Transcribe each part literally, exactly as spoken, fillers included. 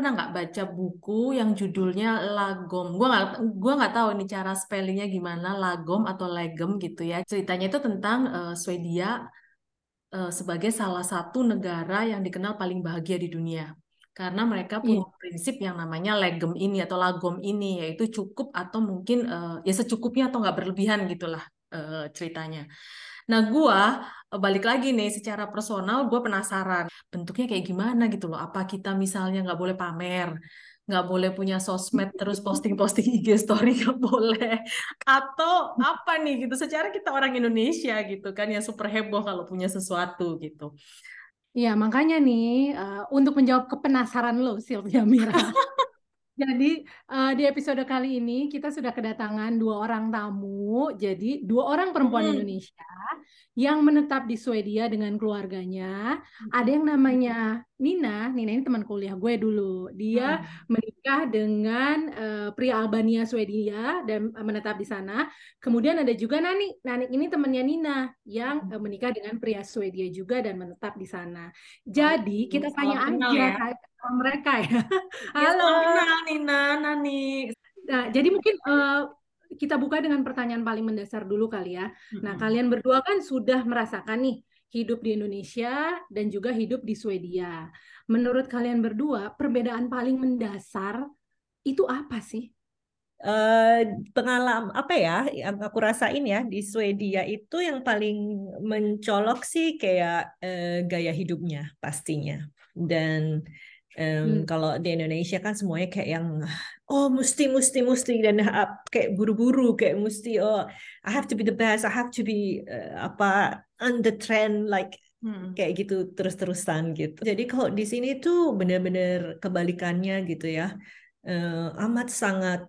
pernah nggak baca buku yang judulnya Lagom? Gua nggak gua nggak tahu ini cara spellingnya gimana, Lagom atau Legem gitu ya. Ceritanya itu tentang eh, Swedia eh, sebagai salah satu negara yang dikenal paling bahagia di dunia. Karena mereka Iya. punya prinsip yang namanya legem ini atau lagom ini, yaitu cukup atau mungkin eh, ya secukupnya atau nggak berlebihan gitulah eh, ceritanya. Nah, gua eh, balik lagi nih secara personal, gue penasaran bentuknya kayak gimana gitu loh. Apa kita misalnya nggak boleh pamer, nggak boleh punya sosmed terus posting-posting I G story nggak boleh, atau apa nih gitu. Secara kita orang Indonesia gitu kan yang super heboh kalau punya sesuatu gitu. Iya, makanya nih eh, untuk menjawab kepenasaran lo, Sylvia Mira. Jadi eh, di episode kali ini kita sudah kedatangan dua orang tamu. Jadi dua orang perempuan Hmm. Indonesia yang menetap di Swedia dengan keluarganya. Ada yang namanya Nina. Nina ini teman kuliah gue dulu. Dia Hmm. menikah dengan eh, pria Albania Swedia dan eh, menetap di sana. Kemudian ada juga Nani. Nani ini temannya Nina yang eh, menikah dengan pria Swedia juga dan menetap di sana. Oh, Jadi kita tanya salam kenal aja ya. sama mereka ya. Ya, Halo. salam kenal Nina, Nani. Nah, jadi mungkin eh, kita buka dengan pertanyaan paling mendasar dulu kali ya. Nah, Mm-mm. kalian berdua kan sudah merasakan nih hidup di Indonesia dan juga hidup di Swedia. Menurut kalian berdua, perbedaan paling mendasar itu apa sih? eh pengalaman apa ya yang aku rasain ya di Swedia itu yang paling mencolok sih kayak eh, gaya hidupnya pastinya dan em, Hmm. kalau di Indonesia kan semuanya kayak yang oh mesti mesti mesti dan ah, kayak buru-buru kayak mesti oh I have to be the best I have to be eh, apa on the trend like Hmm. kayak gitu terus-terusan gitu. Jadi kalau di sini tuh benar-benar kebalikannya gitu ya. Eh, amat sangat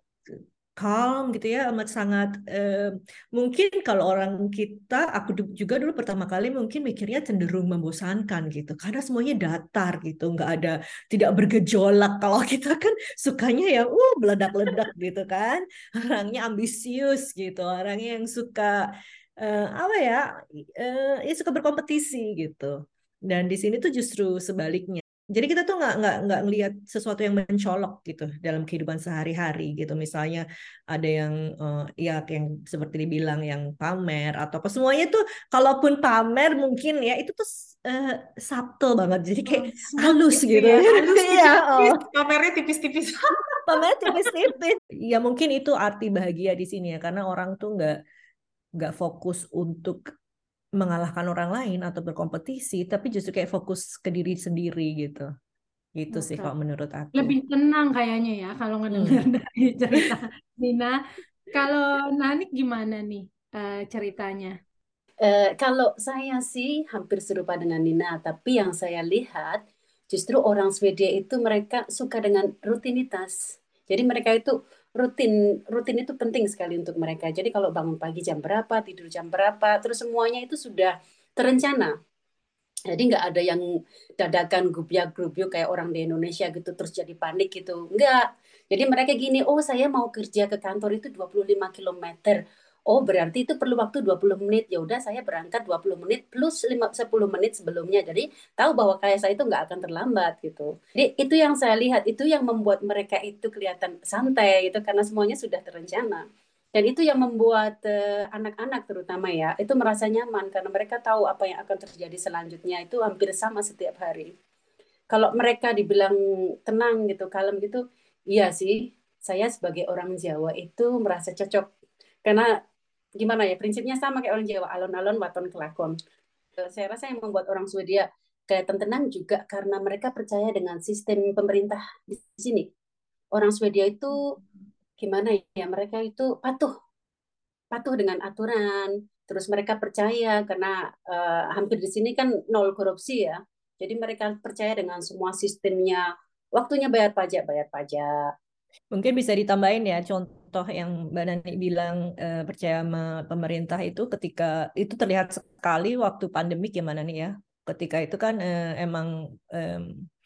calm gitu ya, amat sangat eh, mungkin kalau orang kita, aku du- juga dulu pertama kali mungkin mikirnya cenderung membosankan gitu, karena semuanya datar gitu, nggak ada, tidak bergejolak. Kalau kita kan sukanya yang uh meledak-ledak gitu kan, orangnya ambisius gitu, orangnya yang suka eh, apa ya, eh, ya suka berkompetisi gitu. Dan di sini tuh justru sebaliknya. Jadi kita tuh nggak nggak nggak ngelihat sesuatu yang mencolok gitu dalam kehidupan sehari-hari gitu. Misalnya ada yang eh, ya yang seperti dibilang yang pamer atau apa semuanya tuh kalaupun pamer mungkin ya itu tuh eh, subtle banget. Jadi Oh, kayak smooth halus gitu gitu. ya, halus Iya, oh. tipis-tipis, pamernya tipis-tipis. Pamer tipis-tipis. Ya mungkin itu arti bahagia di sini ya karena orang tuh nggak nggak fokus untuk mengalahkan orang lain atau berkompetisi, tapi justru kayak fokus ke diri sendiri gitu. Gitu sih Oke. kalau menurut aku. Lebih tenang kayaknya ya kalau ngedengar Hmm. dari cerita Nina. Kalau Nanik gimana nih eh, ceritanya? Eh, kalau saya sih hampir serupa dengan Nina, tapi yang saya lihat justru orang Swedia itu mereka suka dengan rutinitas. Jadi mereka itu rutin, rutin itu penting sekali untuk mereka. Jadi kalau bangun pagi jam berapa, tidur jam berapa, terus semuanya itu sudah terencana. Jadi nggak ada yang dadakan gubyak-gubyuk kayak orang di Indonesia gitu terus jadi panik gitu. Nggak. Jadi mereka gini, oh saya mau kerja ke kantor itu dua puluh lima kilometer. Oh berarti itu perlu waktu dua puluh menit. Ya udah saya berangkat dua puluh menit plus lima, sepuluh menit sebelumnya. Jadi tahu bahwa kayak saya itu nggak akan terlambat gitu. Jadi itu yang saya lihat, itu yang membuat mereka itu kelihatan santai gitu karena semuanya sudah terencana. Dan itu yang membuat eh, anak-anak terutama ya, itu merasa nyaman karena mereka tahu apa yang akan terjadi selanjutnya itu hampir sama setiap hari. Kalau mereka dibilang tenang gitu, kalem gitu, iya sih, saya sebagai orang Jawa itu merasa cocok. Karena gimana ya, prinsipnya sama kayak orang Jawa, alon-alon waton kelakon. Eh, Saya rasa yang membuat orang Swedia kelihatan tenang juga karena mereka percaya dengan sistem pemerintah di sini. Orang Swedia itu gimana ya, mereka itu patuh patuh dengan aturan, terus mereka percaya karena eh, hampir di sini kan nol korupsi ya. Jadi mereka percaya dengan semua sistemnya. Waktunya bayar pajak, bayar pajak. Mungkin bisa ditambahin ya contoh yang Mbak Nani bilang eh, percaya sama pemerintah itu ketika itu terlihat sekali waktu pandemik gimana nih ya. Ketika itu kan eh, emang em,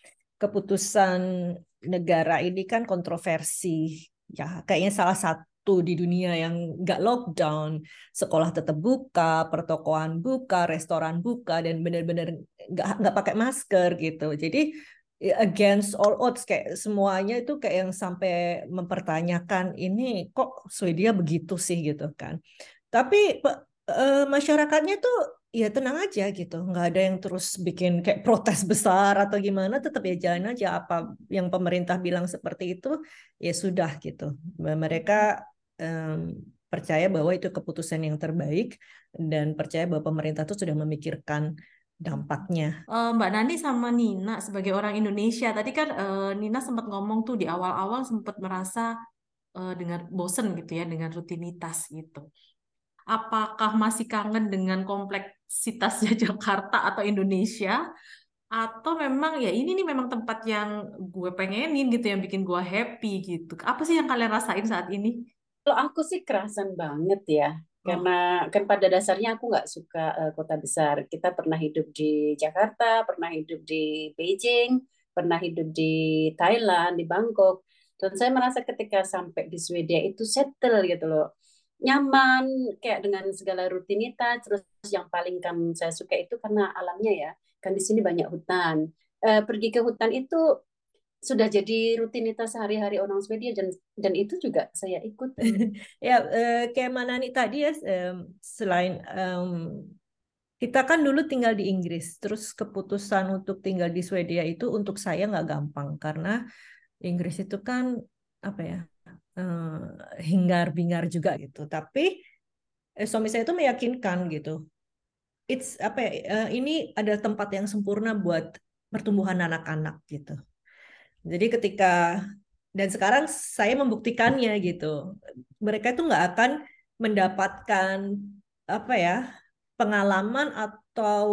keputusan negara ini kan kontroversi ya kayaknya salah satu di dunia yang nggak lockdown, sekolah tetap buka, pertokoan buka, restoran buka dan benar-benar nggak nggak pakai masker gitu. Jadi against all odds, kayak semuanya itu kayak yang sampai mempertanyakan ini kok Swedia begitu sih gitu kan. Tapi eh, masyarakatnya tuh ya tenang aja gitu, nggak ada yang terus bikin kayak protes besar atau gimana, tetap ya jalan aja apa yang pemerintah bilang seperti itu ya sudah gitu. Mereka em, percaya bahwa itu keputusan yang terbaik dan percaya bahwa pemerintah itu sudah memikirkan dampaknya. Eh, Mbak Nani sama Nina sebagai orang Indonesia, tadi kan eh, Nina sempat ngomong tuh di awal-awal sempat merasa eh, dengan bosen gitu ya dengan rutinitas gitu. Apakah masih kangen dengan kompleksitasnya Jakarta atau Indonesia? Atau memang ya ini nih memang tempat yang gue pengenin gitu, yang bikin gue happy gitu. Apa sih yang kalian rasain saat ini? Kalau aku sih kerasan banget ya, Oh, karena kan pada dasarnya aku nggak suka eh, kota besar. Kita pernah hidup di Jakarta, pernah hidup di Beijing, pernah hidup di Thailand, di Bangkok. Dan saya merasa ketika sampai di Swedia itu settle gitu loh. Nyaman, kayak dengan segala rutinitas. Terus yang paling kan saya suka itu karena alamnya ya. Kan di sini banyak hutan. Eh, pergi ke hutan itu sudah jadi rutinitas sehari-hari orang Swedia dan dan itu juga saya ikut. Ya, eh, kayak Manani tadi ya, em, selain em, kita kan dulu tinggal di Inggris, terus keputusan untuk tinggal di Swedia itu untuk saya nggak gampang karena Inggris itu kan apa ya, eh, hingar-bingar juga gitu. Tapi eh, suami saya itu meyakinkan gitu. It's apa ya, eh, ini adalah tempat yang sempurna buat pertumbuhan anak-anak gitu. Jadi ketika dan sekarang saya membuktikannya gitu. Mereka itu nggak akan mendapatkan apa ya, pengalaman atau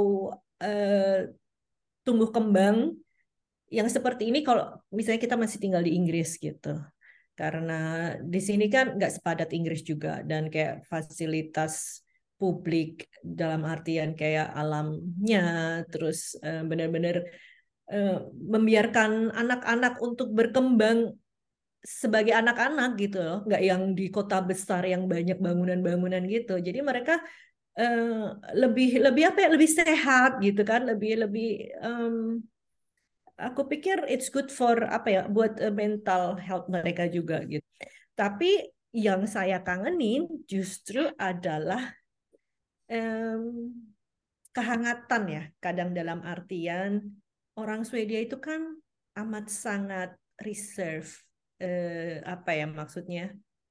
eh, tumbuh kembang yang seperti ini kalau misalnya kita masih tinggal di Inggris gitu. Karena di sini kan nggak sepadat Inggris juga dan kayak fasilitas publik dalam artian kayak alamnya, terus eh, benar-benar eh, membiarkan anak-anak untuk berkembang sebagai anak-anak gitu loh, nggak yang di kota besar yang banyak bangunan-bangunan gitu. Jadi mereka eh, lebih lebih apa ya, lebih sehat gitu kan, lebih lebih em, aku pikir it's good for apa ya, buat eh, mental health mereka juga gitu. Tapi yang saya kangenin justru adalah em, kehangatan ya, kadang dalam artian orang Swedia itu kan amat sangat reserve, eh, apa ya maksudnya,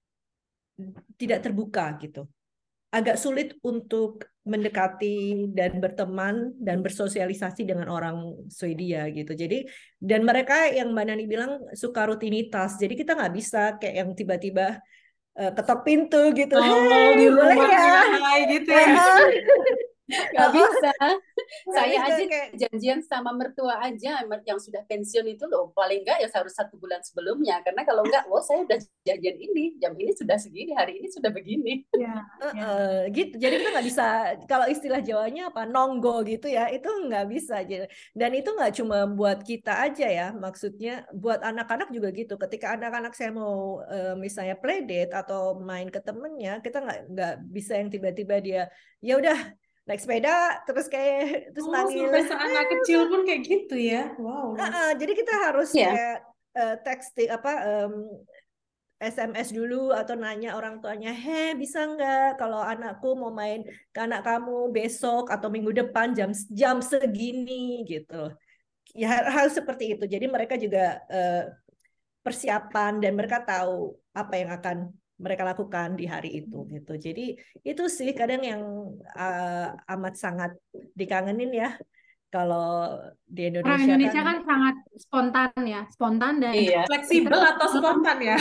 tidak terbuka gitu. Agak sulit untuk mendekati dan berteman dan bersosialisasi dengan orang Swedia gitu. Jadi dan mereka yang Mbak Nani bilang suka rutinitas. Jadi kita nggak bisa kayak yang tiba-tiba eh, ketok pintu gitu. oh Hei, di boleh rumah ya? bilang hai gitu Eh, ya. eh. Nggak Oh, bisa. nggak Saya bisa aja kayak janjian sama mertua aja yang sudah pensiun itu loh. Paling enggak ya harus satu bulan sebelumnya. Karena kalau enggak, wah saya udah janjian ini. Jam ini sudah segini, hari ini sudah begini. Ya, eh, ya. eh, gitu. Jadi kita nggak bisa, kalau istilah Jawanya apa, nonggo gitu ya, itu nggak bisa aja. Dan itu nggak cuma buat kita aja ya, maksudnya buat anak-anak juga gitu. Ketika anak-anak saya mau eh, misalnya playdate atau main ke temennya, kita nggak nggak bisa yang tiba-tiba dia ya udah naik sepeda terus kayak terus Oh, manggil. sampai seanak kecil pun kayak gitu ya. Wow, Eh, luar eh, jadi kita harus Ya, kayak eh, texting apa, em, S M S dulu atau nanya orang tuanya, heh bisa nggak kalau anakku mau main ke anak kamu besok atau minggu depan jam jam segini gitu. Ya hal, hal seperti itu. Jadi mereka juga eh, persiapan dan mereka tahu apa yang akan mereka lakukan di hari itu gitu. Jadi itu sih kadang yang eh, amat sangat dikangenin ya. Kalau di Orang Indonesia kan Indonesia kan sangat spontan ya, spontan dan iya. kita fleksibel atau spontan ya?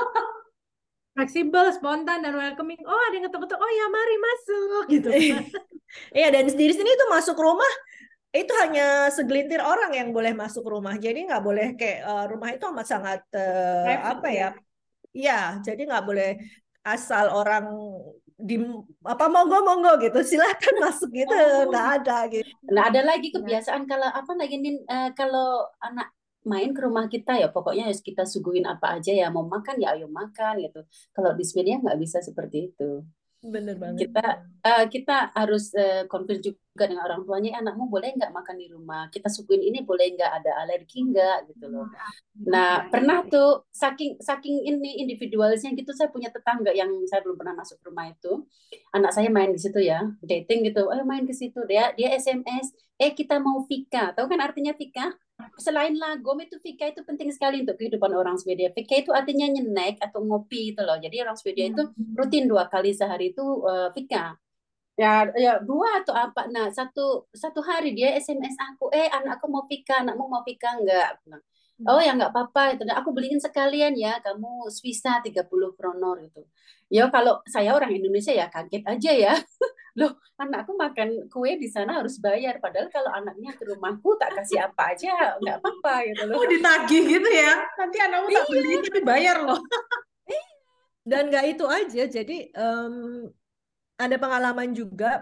fleksibel, spontan dan welcoming. Oh, ada yang ketuk-ketuk. Oh ya, mari masuk gitu kan. iya, dan di sini tuh masuk rumah itu hanya segelintir orang yang boleh masuk rumah. Jadi nggak boleh kayak eh, rumah itu amat sangat eh, Private apa ya. ya? Iya, jadi nggak boleh asal orang di apa monggo monggo gitu silahkan masuk gitu, nggak Oh, ada gitu. Nah, ada lagi Ya. kebiasaan kalau apa lagi Nin, eh, kalau anak main ke rumah kita ya pokoknya harus kita suguhin apa aja ya mau makan ya ayo makan gitu. Kalau di Swedia nggak bisa seperti itu. Bener banget. Kita eh, kita harus eh, convince juga juga dengan orang tuanya, anakmu boleh nggak makan di rumah? Kita suguhin ini boleh nggak, ada alergi nggak gitu loh. Nah, pernah tuh saking saking ini individualisnya gitu, saya punya tetangga yang saya belum pernah masuk rumah itu. Anak saya main di situ ya, dating gitu. Eh main ke situ, dia dia S M S, eh kita mau fika. Tahu kan artinya fika? Selain lagom itu fika itu penting sekali untuk kehidupan orang Swedia. Fika itu artinya nyenek atau ngopi itu loh. Jadi orang Swedia itu rutin dua kali sehari itu uh, fika. Ya, ya dua atau apa? Nah, satu satu hari dia S M S aku, eh anakku mau fika, anakmu mau fika enggak? Oh ya nggak apa-apa, itu aku beliin sekalian ya, kamu Swissa tiga puluh kronor gitu. Ya kalau saya orang Indonesia ya kaget aja ya. Loh, anakku makan kue di sana harus bayar, padahal kalau anaknya ke rumahku tak kasih apa aja nggak apa-apa gitu loh. Oh ditagih gitu ya, nanti anakmu tak beliin tapi bayar loh. Dan nggak itu aja, jadi um, ada pengalaman juga.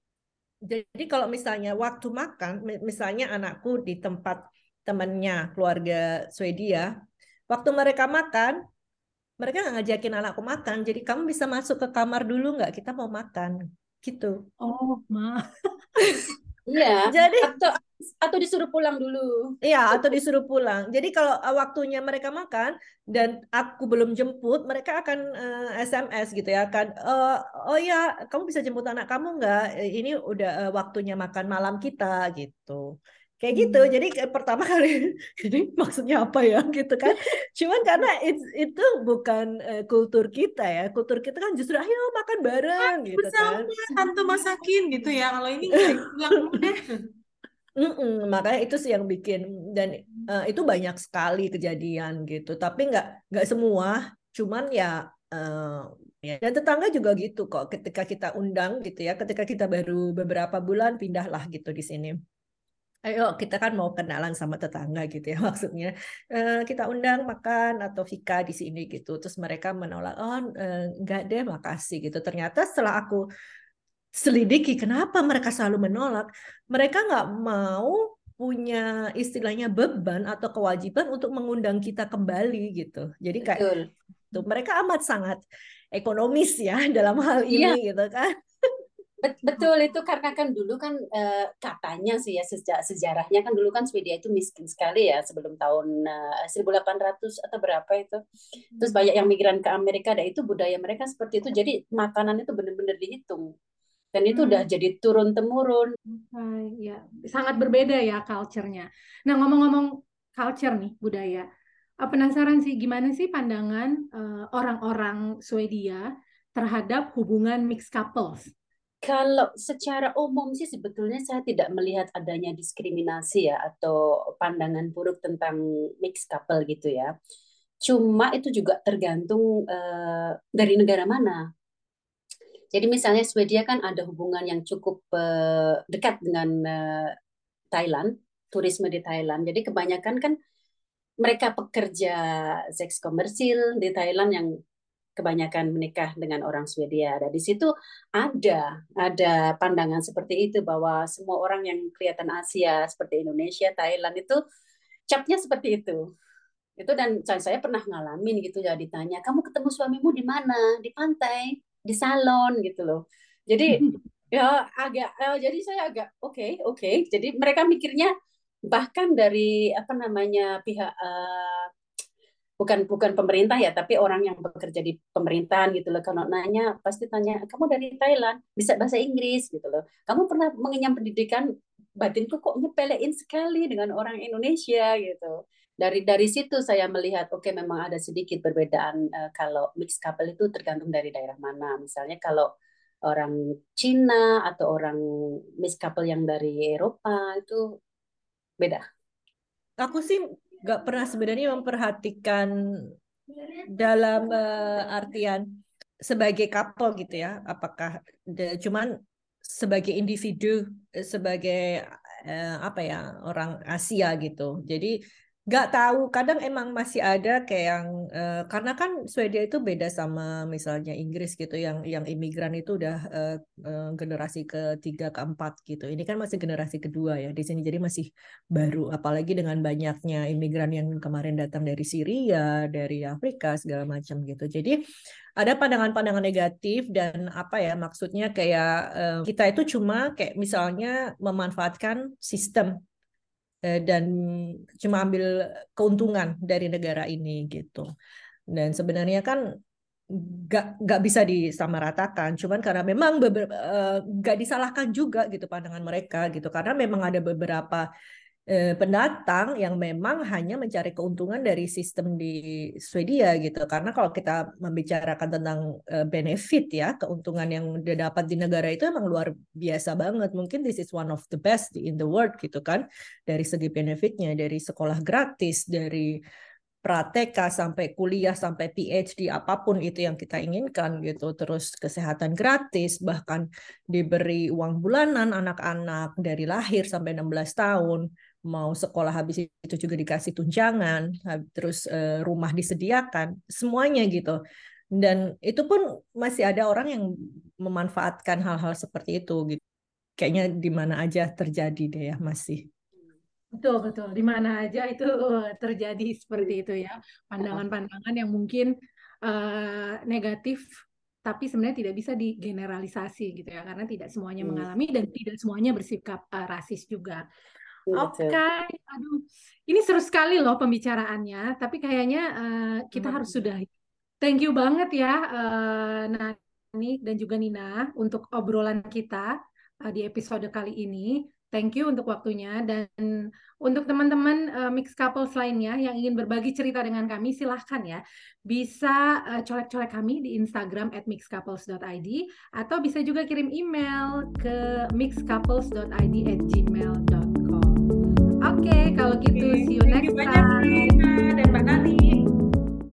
Jadi kalau misalnya waktu makan, misalnya anakku di tempat temannya keluarga Swedia, waktu mereka makan, mereka nggak ngajakin anakku makan. Jadi kamu bisa masuk ke kamar dulu nggak? Kita mau makan, gitu. Oh, ma. Iya. Jadi atau atau disuruh pulang dulu. iya, atau disuruh pulang. Jadi kalau waktunya mereka makan dan aku belum jemput, mereka akan uh, S M S gitu ya kan. Uh, oh ya, kamu bisa jemput anak kamu nggak? Ini udah uh, waktunya makan malam kita gitu. Kayak gitu. Jadi pertama kali, ini maksudnya apa ya gitu kan? Cuman karena it, itu bukan uh, kultur kita ya. Kultur kita kan justru ayo makan bareng gitu kan. Bersama tante masakin gitu ya. Kalau ini nggak pulang dulu deh. Mm-mm, makanya itu sih yang bikin, dan uh, itu banyak sekali kejadian gitu, tapi nggak nggak semua, cuman ya, uh, ya dan tetangga juga gitu kok, ketika kita undang gitu ya, ketika kita baru beberapa bulan pindahlah gitu di sini, ayo kita kan mau kenalan sama tetangga gitu ya maksudnya, uh, kita undang makan atau fika di sini gitu, terus mereka menolak, oh uh, nggak deh makasih gitu. Ternyata setelah aku selidiki kenapa mereka selalu menolak, mereka nggak mau punya istilahnya beban atau kewajiban untuk mengundang kita kembali gitu. Jadi kayak Betul. tuh, mereka amat sangat ekonomis ya dalam hal Iya. ini gitu kan. Betul itu karena kan dulu kan eh, katanya sih ya sejak sejarahnya kan dulu kan Swedia itu miskin sekali ya sebelum tahun eh, seribu delapan ratus atau berapa itu. Terus banyak yang migran ke Amerika dan itu budaya mereka seperti itu. Jadi makanan itu benar-benar dihitung. Dan itu udah Hmm. jadi turun temurun. Ah, ya, sangat berbeda ya culture-nya. Nah, ngomong-ngomong culture nih, budaya. Ah, penasaran sih gimana sih pandangan eh, orang-orang Swedia terhadap hubungan mixed couples? Kalau secara umum sih sebetulnya saya tidak melihat adanya diskriminasi ya atau pandangan buruk tentang mixed couple gitu ya. Cuma itu juga tergantung eh, dari negara mana. Jadi misalnya Swedia kan ada hubungan yang cukup eh, dekat dengan eh, Thailand, turisme di Thailand. Jadi kebanyakan kan mereka pekerja seks komersil di Thailand yang kebanyakan menikah dengan orang Swedia. Dan di situ ada ada pandangan seperti itu bahwa semua orang yang kelihatan Asia seperti Indonesia, Thailand itu capnya seperti itu. Itu dan saya pernah ngalamin gitu ya, ditanya, "Kamu ketemu suamimu di mana?" "Di pantai, di salon," gitu loh. Jadi ya agak eh, jadi saya agak oke, okay, oke. Okay. Jadi mereka mikirnya bahkan dari apa namanya pihak uh, bukan bukan pemerintah ya, tapi orang yang bekerja di pemerintahan gitu loh. Kalau nanya pasti tanya, "Kamu dari Thailand, bisa bahasa Inggris?" gitu loh. "Kamu pernah mengenyam pendidikan?" Batinku kok nyepelein sekali dengan orang Indonesia gitu. Dari dari situ saya melihat oke okay, memang ada sedikit perbedaan uh, kalau mixed couple itu tergantung dari daerah mana. Misalnya kalau orang Cina atau orang mixed couple yang dari Eropa itu beda. Aku sih nggak pernah sebenarnya memperhatikan dalam uh, artian sebagai couple gitu ya, apakah de, cuman sebagai individu, sebagai uh, apa ya, orang Asia gitu. Jadi Nggak tahu, kadang emang masih ada kayak yang eh, karena kan Swedia itu beda sama misalnya Inggris gitu, yang yang imigran itu udah eh, eh, generasi ketiga keempat gitu. Ini kan masih generasi kedua ya di sini, jadi masih baru. Apalagi dengan banyaknya imigran yang kemarin datang dari Syria, dari Afrika segala macam gitu. Jadi ada pandangan-pandangan negatif dan apa ya maksudnya kayak eh, kita itu cuma kayak misalnya memanfaatkan sistem eh, dan cuma ambil keuntungan dari negara ini gitu. Dan sebenarnya kan nggak nggak bisa disamaratakan, cuman karena memang beber- eh, nggak disalahkan juga gitu pandangan mereka gitu, karena memang ada beberapa eh, pendatang yang memang hanya mencari keuntungan dari sistem di Swedia gitu. Karena kalau kita membicarakan tentang eh, benefit ya, keuntungan yang dia dapat di negara itu emang luar biasa banget. Mungkin this is one of the best in the world gitu kan. Dari segi benefitnya, dari sekolah gratis, dari pra-T K sampai kuliah sampai P H D apapun itu yang kita inginkan gitu, terus kesehatan gratis, bahkan diberi uang bulanan anak-anak dari lahir sampai enam belas tahun, mau sekolah habis itu juga dikasih tunjangan, terus eh, rumah disediakan, semuanya gitu. Dan itu pun masih ada orang yang memanfaatkan hal-hal seperti itu gitu. Kayaknya di mana aja terjadi deh ya masih. Betul, betul. Di mana aja itu uh, terjadi seperti itu ya. Pandangan-pandangan yang mungkin uh, negatif, tapi sebenarnya tidak bisa digeneralisasi gitu ya. Karena tidak semuanya Hmm, mengalami dan tidak semuanya bersikap uh, rasis juga. Oke, betul. aduh, ini seru sekali loh pembicaraannya. Tapi kayaknya uh, kita harus sudahi. Thank you banget ya, uh, Nani dan juga Nina untuk obrolan kita uh, di episode kali ini. Thank you untuk waktunya, dan untuk teman-teman uh, mixed couples lainnya yang ingin berbagi cerita dengan kami, silahkan ya. Bisa uh, colek-colek kami di Instagram at mixed couples dot i d atau bisa juga kirim email ke mixed couples dot i d at gmail dot com. Oke, kalau gitu see you Thank next you banyak time. Rina dan Mbak Nani.